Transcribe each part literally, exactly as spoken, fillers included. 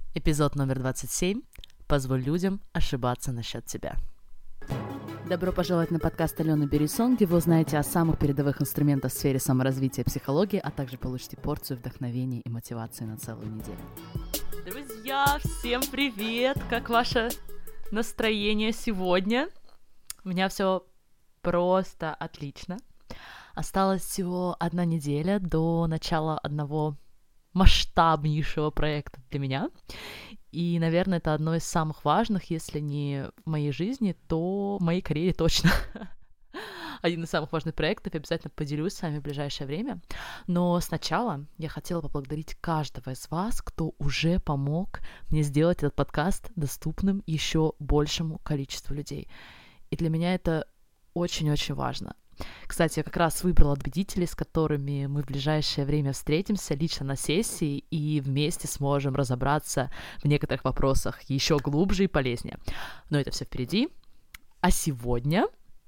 Эпизод номер двадцать семь. Позволь людям ошибаться насчет тебя. Добро пожаловать на подкаст Алены Берисон, где вы узнаете о самых передовых инструментах в сфере саморазвития и психологии, а также получите порцию вдохновения и мотивации на целую неделю. Друзья, всем привет! Как ваше настроение сегодня? У меня все просто отлично. Осталась всего одна неделя до начала одного масштабнейшего проекта для меня. И, наверное, это одно из самых важных, если не в моей жизни, то в моей карьере точно. Один из самых важных проектов, я обязательно поделюсь с вами в ближайшее время. Но сначала я хотела поблагодарить каждого из вас, кто уже помог мне сделать этот подкаст доступным еще большему количеству людей. И для меня это очень-очень важно. Кстати, я как раз выбрала победителей, с которыми мы в ближайшее время встретимся лично на сессии и вместе сможем разобраться в некоторых вопросах еще глубже и полезнее. Но это все впереди. А сегодня,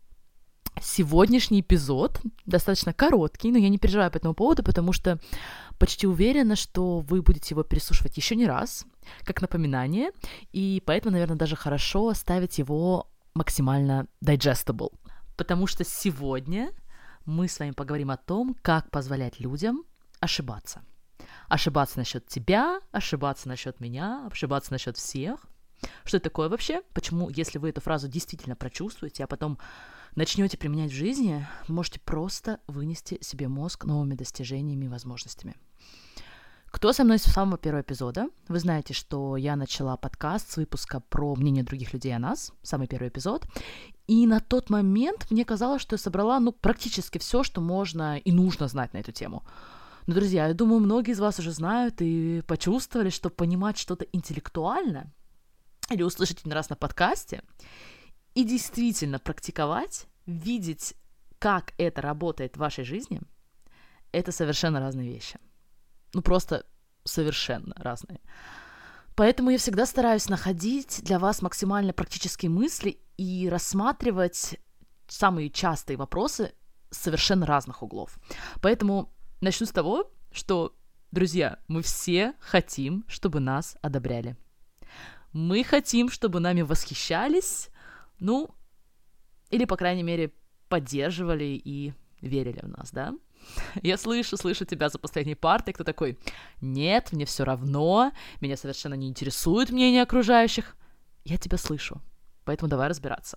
сегодняшний эпизод достаточно короткий, но я не переживаю по этому поводу, потому что почти уверена, что вы будете его переслушивать еще не раз, как напоминание, и поэтому, наверное, даже хорошо оставить его максимально digestible. Потому что сегодня мы с вами поговорим о том, как позволять людям ошибаться. Ошибаться насчет тебя, ошибаться насчет меня, ошибаться насчет всех. Что это такое вообще? Почему, если вы эту фразу действительно прочувствуете, а потом начнете применять в жизни, вы можете просто вынести себе мозг новыми достижениями и возможностями. Кто со мной с самого первого эпизода? Вы знаете, что я начала подкаст с выпуска про мнение других людей о нас, самый первый эпизод, и на тот момент мне казалось, что я собрала, ну, практически все, что можно и нужно знать на эту тему. Но, друзья, я думаю, многие из вас уже знают и почувствовали, что понимать что-то интеллектуально или услышать один раз на подкасте и действительно практиковать, видеть, как это работает в вашей жизни, это совершенно разные вещи. Ну, просто совершенно разные. Поэтому я всегда стараюсь находить для вас максимально практические мысли и рассматривать самые частые вопросы с совершенно разных углов. Поэтому начну с того, что, друзья, мы все хотим, чтобы нас одобряли. Мы хотим, чтобы нами восхищались, ну, или, по крайней мере, поддерживали и верили в нас, да? Я слышу, слышу тебя за последней партой, кто такой: нет, мне все равно, меня совершенно не интересует мнение окружающих. Я тебя слышу, поэтому давай разбираться.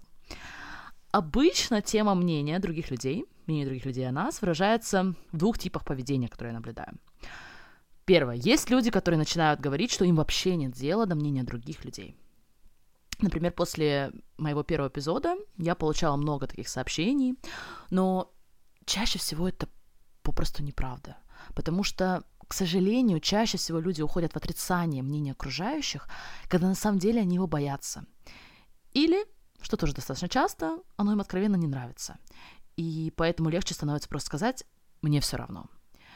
Обычно тема мнения других людей, мнение других людей о нас выражается в двух типах поведения, которые я наблюдаю. Первое. Есть люди, которые начинают говорить, что им вообще нет дела до мнения других людей. Например, после моего первого эпизода я получала много таких сообщений, но чаще всего это попросту неправда, потому что, к сожалению, чаще всего люди уходят в отрицание мнения окружающих, когда на самом деле они его боятся. Или, что тоже достаточно часто, оно им откровенно не нравится. И поэтому легче становится просто сказать: «мне все равно».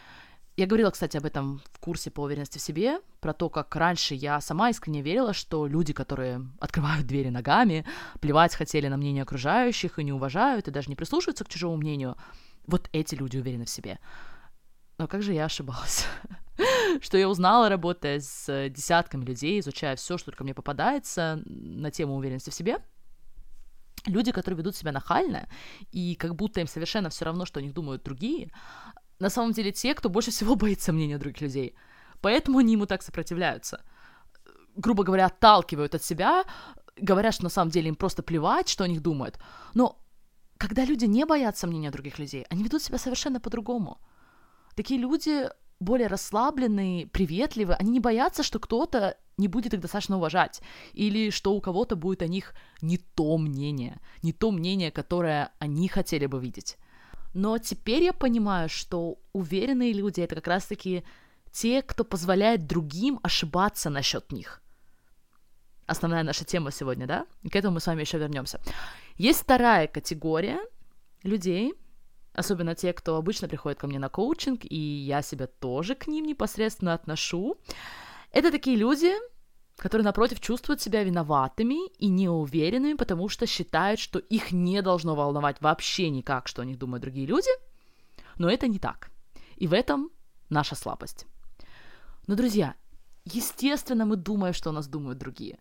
Я говорила, кстати, об этом в курсе по уверенности в себе, про то, как раньше я сама искренне верила, что люди, которые открывают двери ногами, плевать хотели на мнение окружающих и не уважают, и даже не прислушиваются к чужому мнению, вот эти люди уверены в себе. Но как же я ошибалась? Что я узнала, работая с десятками людей, изучая все, что только мне попадается на тему уверенности в себе. Люди, которые ведут себя нахально, и как будто им совершенно все равно, что о них думают другие, на самом деле те, кто больше всего боится мнения других людей. Поэтому они ему так сопротивляются. Грубо говоря, отталкивают от себя, говорят, что на самом деле им просто плевать, что о них думают. Но когда люди не боятся мнения других людей, они ведут себя совершенно по-другому. Такие люди более расслабленные, приветливые, они не боятся, что кто-то не будет их достаточно уважать, или что у кого-то будет о них не то мнение, не то мнение, которое они хотели бы видеть. Но теперь я понимаю, что уверенные люди — это как раз-таки те, кто позволяет другим ошибаться насчет них. Основная наша тема сегодня, да? И к этому мы с вами еще вернемся. Есть вторая категория людей, особенно те, кто обычно приходит ко мне на коучинг, и я себя тоже к ним непосредственно отношу. Это такие люди, которые, напротив, чувствуют себя виноватыми и неуверенными, потому что считают, что их не должно волновать вообще никак, что о них думают другие люди, но это не так. И в этом наша слабость. Но, друзья, естественно, мы думаем, что о нас думают другие.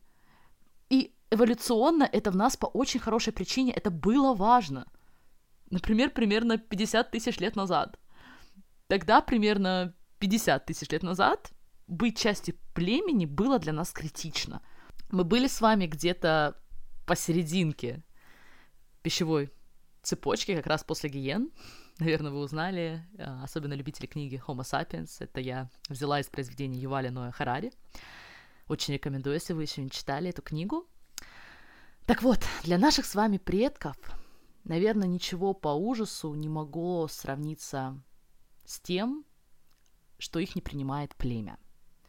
И эволюционно это в нас по очень хорошей причине, это было важно. Например, примерно пятьдесят тысяч лет назад. Тогда примерно пятьдесят тысяч лет назад быть частью племени было для нас критично. Мы были с вами где-то посерединке пищевой цепочки, как раз после гиен. Наверное, вы узнали, особенно любители книги Homo sapiens. Это я взяла из произведения Юваля Ноя Харари. Очень рекомендую, если вы еще не читали эту книгу. Так вот, для наших с вами предков, наверное, ничего по ужасу не могло сравниться с тем, что их не принимает племя.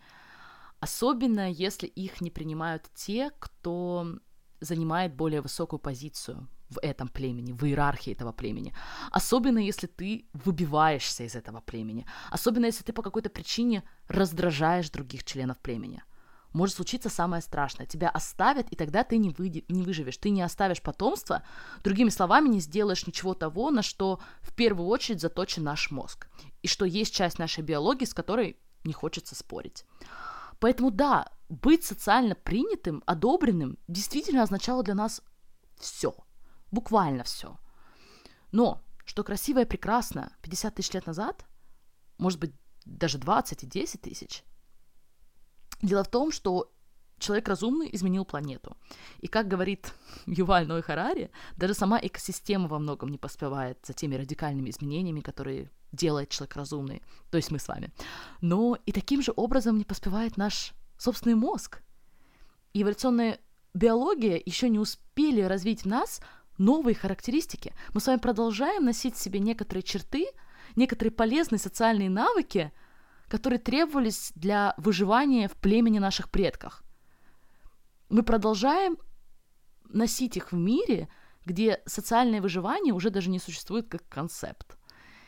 Особенно, если их не принимают те, кто занимает более высокую позицию в этом племени, в иерархии этого племени. Особенно, если ты выбиваешься из этого племени. Особенно, если ты по какой-то причине раздражаешь других членов племени. Может случиться самое страшное. Тебя оставят, и тогда ты не, выйди, не выживешь. Ты не оставишь потомство, другими словами, не сделаешь ничего того, на что в первую очередь заточен наш мозг. И что есть часть нашей биологии, с которой не хочется спорить. Поэтому да, быть социально принятым, одобренным действительно означало для нас все. Буквально все. Но, что красиво и прекрасно пятьдесят тысяч лет назад, может быть, даже двадцать и десять тысяч, дело в том, что человек разумный изменил планету. И, как говорит Юваль Ной Харари, даже сама экосистема во многом не поспевает за теми радикальными изменениями, которые делает человек разумный, то есть мы с вами. Но и таким же образом не поспевает наш собственный мозг. И эволюционная биология еще не успели развить в нас новые характеристики. Мы с вами продолжаем носить в себе некоторые черты, некоторые полезные социальные навыки, которые требовались для выживания в племени наших предков. Мы продолжаем носить их в мире, где социальное выживание уже даже не существует как концепт.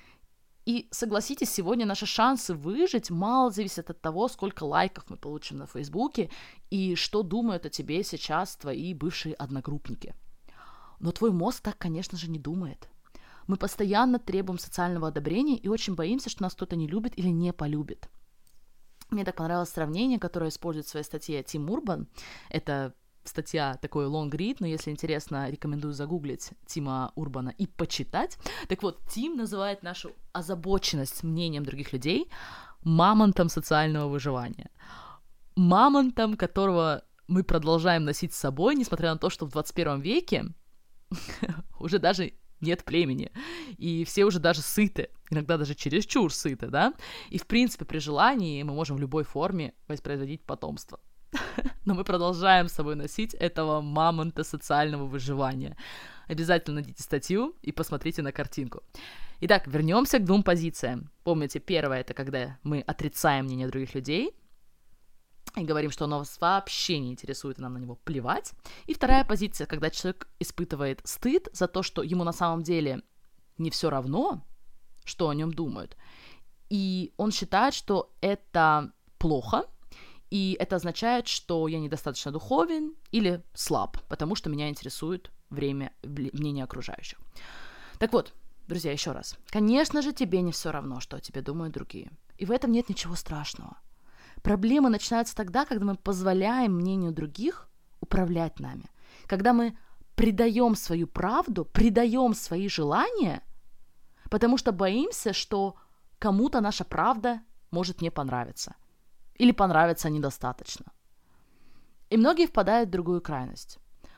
И согласитесь, сегодня наши шансы выжить мало зависят от того, сколько лайков мы получим на Фейсбуке и что думают о тебе сейчас твои бывшие одногруппники. Но твой мозг так, конечно же, не думает. Мы постоянно требуем социального одобрения и очень боимся, что нас кто-то не любит или не полюбит. Мне так понравилось сравнение, которое использует в своей статье Тим Урбан. Это статья такой long read, но если интересно, рекомендую загуглить Тима Урбана и почитать. Так вот, Тим называет нашу озабоченность мнением других людей мамонтом социального выживания. Мамонтом, которого мы продолжаем носить с собой, несмотря на то, что в двадцать первом веке уже даже нет племени, и все уже даже сыты, иногда даже чересчур сыты, да, и в принципе при желании мы можем в любой форме воспроизводить потомство. Но мы продолжаем с собой носить этого мамонта социального выживания. Обязательно найдите статью и посмотрите на картинку. Итак, вернемся к двум позициям. Помните, первое — это когда мы отрицаем мнение других людей и говорим, что оно вас вообще не интересует, и нам на него плевать. И вторая позиция, когда человек испытывает стыд за то, что ему на самом деле не все равно, что о нем думают. И он считает, что это плохо, и это означает, что я недостаточно духовен или слаб, потому что меня интересует время, мнение окружающих. Так вот, друзья, еще раз. Конечно же, тебе не все равно, что о тебе думают другие. И в этом нет ничего страшного. Проблемы начинаются тогда, когда мы позволяем мнению других управлять нами. Когда мы предаем свою правду, предаем свои желания, потому что боимся, что кому-то наша правда может не понравиться. Или понравится недостаточно. И многие впадают в другую крайность.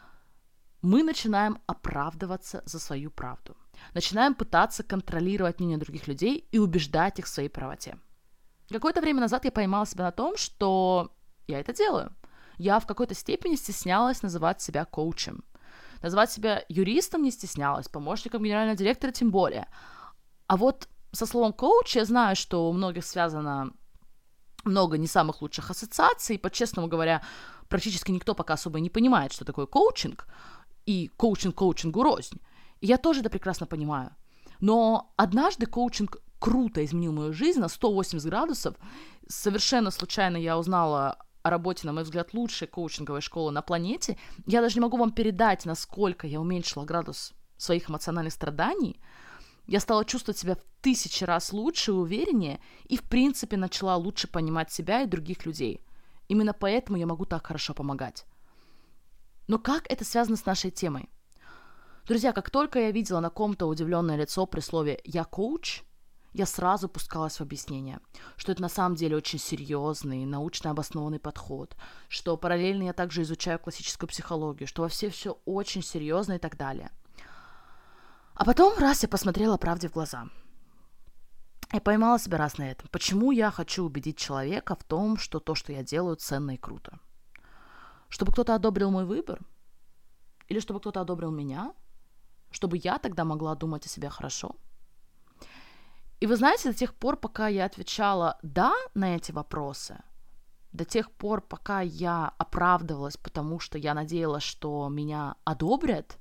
Мы начинаем оправдываться за свою правду. Начинаем пытаться контролировать мнение других людей и убеждать их в своей правоте. Какое-то время назад я поймала себя на том, что я это делаю. Я в какой-то степени стеснялась называть себя коучем. Называть себя юристом не стеснялась, помощником генерального директора тем более. А вот со словом коуч я знаю, что у многих связано много не самых лучших ассоциаций. По-честному говоря, практически никто пока особо не понимает, что такое коучинг. И коучинг коучингу рознь. И я тоже это прекрасно понимаю. Но однажды коучинг круто изменил мою жизнь на сто восемьдесят градусов. Совершенно случайно я узнала о работе, на мой взгляд, лучшей коучинговой школы на планете. Я даже не могу вам передать, насколько я уменьшила градус своих эмоциональных страданий. Я стала чувствовать себя в тысячи раз лучше и увереннее, и, в принципе, начала лучше понимать себя и других людей. Именно поэтому я могу так хорошо помогать. Но как это связано с нашей темой? Друзья, как только я видела на ком-то удивленное лицо при слове «я коуч», я сразу пускалась в объяснение, что это на самом деле очень серьезный, научно обоснованный подход, что параллельно я также изучаю классическую психологию, что во все все очень серьезно и так далее. А потом раз я посмотрела правде в глаза. Я поймала себя раз на этом. Почему я хочу убедить человека в том, что то, что я делаю, ценно и круто? Чтобы кто-то одобрил мой выбор? Или чтобы кто-то одобрил меня? Чтобы я тогда могла думать о себе хорошо? И вы знаете, до тех пор, пока я отвечала «да» на эти вопросы, до тех пор, пока я оправдывалась, потому что я надеялась, что меня одобрят,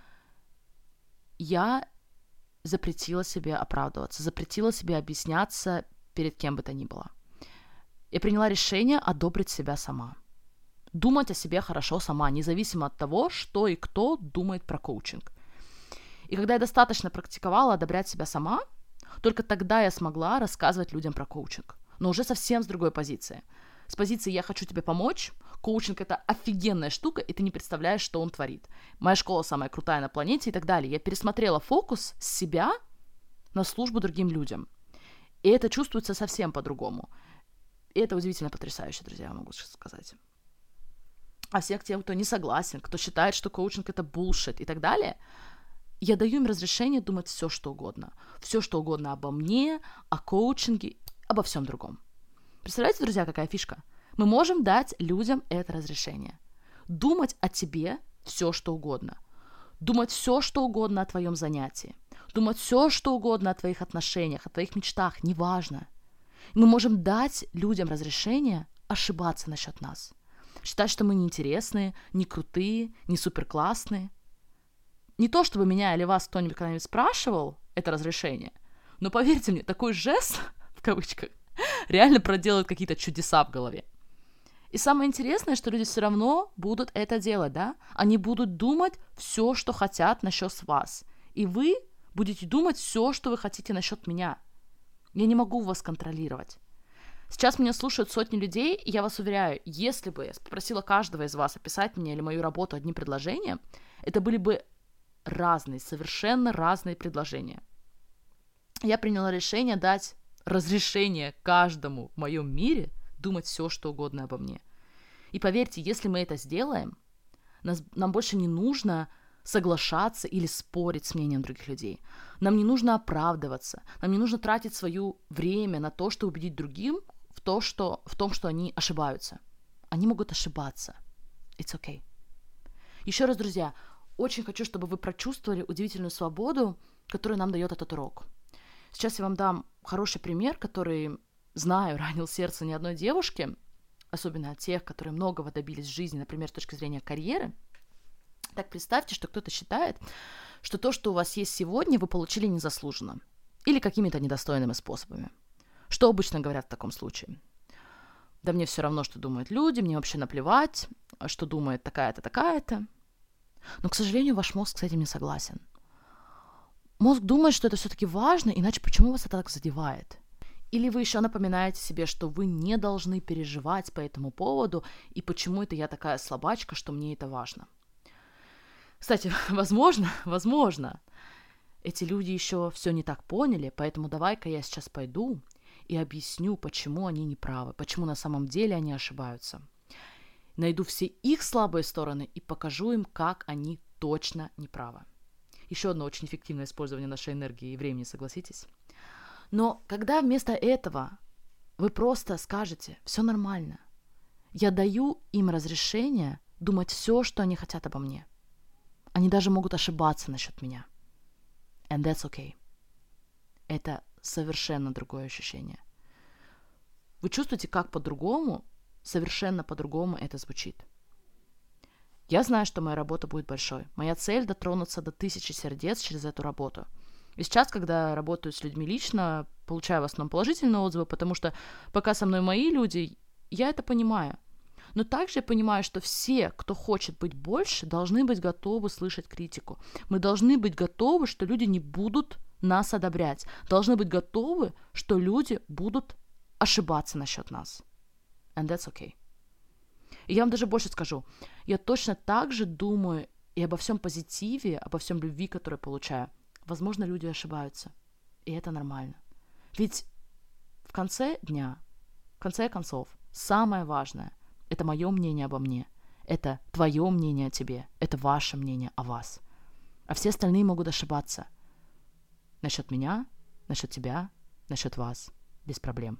я запретила себе оправдываться, запретила себе объясняться перед кем бы то ни было. Я приняла решение одобрить себя сама. Думать о себе хорошо сама, независимо от того, что и кто думает про коучинг. И когда я достаточно практиковала одобрять себя сама, только тогда я смогла рассказывать людям про коучинг. Но уже совсем с другой позиции. С позиции «я хочу тебе помочь», коучинг — это офигенная штука, и ты не представляешь, что он творит. Моя школа самая крутая на планете и так далее. Я пересмотрела фокус с себя на службу другим людям. И это чувствуется совсем по-другому. И это удивительно потрясающе, друзья, я могу сказать. А всех тем, кто не согласен, кто считает, что коучинг — это bullshit и так далее, я даю им разрешение думать все, что угодно. Все, что угодно обо мне, о коучинге, обо всем другом. Представляете, друзья, какая фишка? Мы можем дать людям это разрешение. Думать о тебе все, что угодно. Думать все, что угодно о твоем занятии. Думать все, что угодно о твоих отношениях, о твоих мечтах, неважно. Мы можем дать людям разрешение ошибаться насчет нас. Считать, что мы неинтересные, не крутые, не суперклассные. Не то, чтобы меня или вас кто-нибудь когда-нибудь спрашивал это разрешение, но поверьте мне, такой жест, в кавычках, реально проделает какие-то чудеса в голове. И самое интересное, что люди все равно будут это делать, да? Они будут думать все, что хотят насчет вас. И вы будете думать все, что вы хотите насчет меня. Я не могу вас контролировать. Сейчас меня слушают сотни людей, и я вас уверяю, если бы я попросила каждого из вас описать меня или мою работу одним предложением, это были бы разные, совершенно разные предложения. Я приняла решение дать разрешение каждому в моем мире думать все, что угодно обо мне. И поверьте, если мы это сделаем, нас, нам больше не нужно соглашаться или спорить с мнением других людей. Нам не нужно оправдываться, нам не нужно тратить свое время на то, чтобы убедить другим в, то, что, в том, что они ошибаются. Они могут ошибаться. It's okay. Еще раз, друзья, очень хочу, чтобы вы прочувствовали удивительную свободу, которую нам дает этот урок. Сейчас я вам дам хороший пример, который, знаю, ранил сердце ни одной девушки, особенно тех, которые многого добились в жизни, например, с точки зрения карьеры. Так представьте, что кто-то считает, что то, что у вас есть сегодня, вы получили незаслуженно или какими-то недостойными способами. Что обычно говорят в таком случае? Да мне все равно, что думают люди, мне вообще наплевать, что думает такая-то, такая-то. Но, к сожалению, ваш мозг с этим не согласен. Мозг думает, что это все-таки важно, иначе почему вас это так задевает? Или вы еще напоминаете себе, что вы не должны переживать по этому поводу, и почему это я такая слабачка, что мне это важно. Кстати, возможно, возможно, эти люди еще все не так поняли, поэтому давай-ка я сейчас пойду и объясню, почему они не правы, почему на самом деле они ошибаются. Найду все их слабые стороны и покажу им, как они точно не правы. Еще одно очень эффективное использование нашей энергии и времени, согласитесь? Но когда вместо этого вы просто скажете «все нормально», я даю им разрешение думать все, что они хотят обо мне. Они даже могут ошибаться насчет меня. And that's okay. Это совершенно другое ощущение. Вы чувствуете, как по-другому, совершенно по-другому это звучит. Я знаю, что моя работа будет большой. Моя цель — дотронуться до тысячи сердец через эту работу. И сейчас, когда работаю с людьми лично, получаю в основном положительные отзывы, потому что пока со мной мои люди, я это понимаю. Но также я понимаю, что все, кто хочет быть больше, должны быть готовы слышать критику. Мы должны быть готовы, что люди не будут нас одобрять. Должны быть готовы, что люди будут ошибаться насчет нас. And that's okay. И я вам даже больше скажу, я точно так же думаю и обо всем позитиве, обо всем любви, которую получаю. Возможно, люди ошибаются, и это нормально. Ведь в конце дня, в конце концов, самое важное – это мое мнение обо мне, это твое мнение о тебе, это ваше мнение о вас. А все остальные могут ошибаться. Насчет меня, насчет тебя, насчет вас. Без проблем.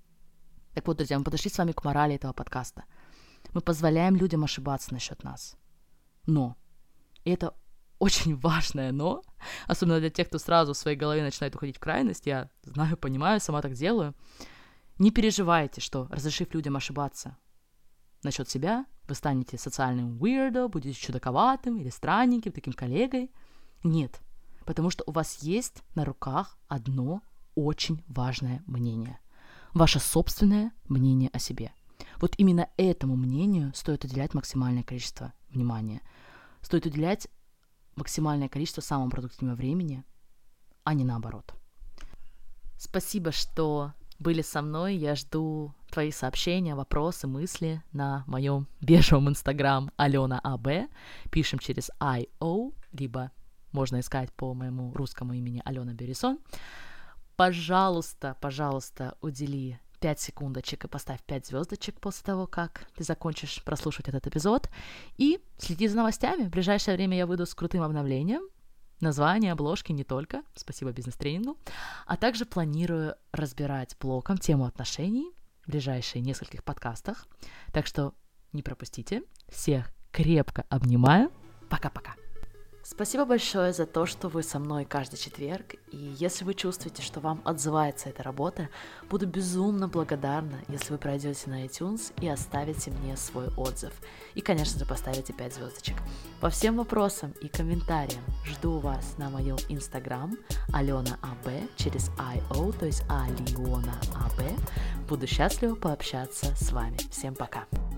Так вот, друзья, мы подошли с вами к морали этого подкаста. Мы позволяем людям ошибаться насчет нас. Но, и это очень важное но, особенно для тех, кто сразу в своей голове начинает уходить в крайность, я знаю, понимаю, сама так делаю, не переживайте, что, разрешив людям ошибаться насчет себя, вы станете социальным weirdo, будете чудаковатым или странненьким, таким коллегой. Нет, потому что у вас есть на руках одно очень важное мнение. Ваше собственное мнение о себе. Вот именно этому мнению стоит уделять максимальное количество внимания. Стоит уделять максимальное количество самого продуктивного времени, а не наоборот. Спасибо, что были со мной. Я жду твои сообщения, вопросы, мысли на моем бежевом инстаграм Алена АБ. Пишем через ай о, либо можно искать по моему русскому имени Алена Берисон. Пожалуйста, пожалуйста, удели пять секундочек и поставь пять звездочек после того, как ты закончишь прослушивать этот эпизод. И следи за новостями. В ближайшее время я выйду с крутым обновлением. Название, обложки не только. Спасибо бизнес-тренингу. А также планирую разбирать блоком тему отношений в ближайшие нескольких подкастах. Так что не пропустите. Всех крепко обнимаю. Пока-пока. Спасибо большое за то, что вы со мной каждый четверг, и если вы чувствуете, что вам отзывается эта работа, буду безумно благодарна, если вы пройдете на iTunes и оставите мне свой отзыв. И, конечно же, поставите пять звездочек. По всем вопросам и комментариям жду вас на моем инстаграм Алена АБ через ай о, то есть Алена АБ. Буду счастлива пообщаться с вами. Всем пока!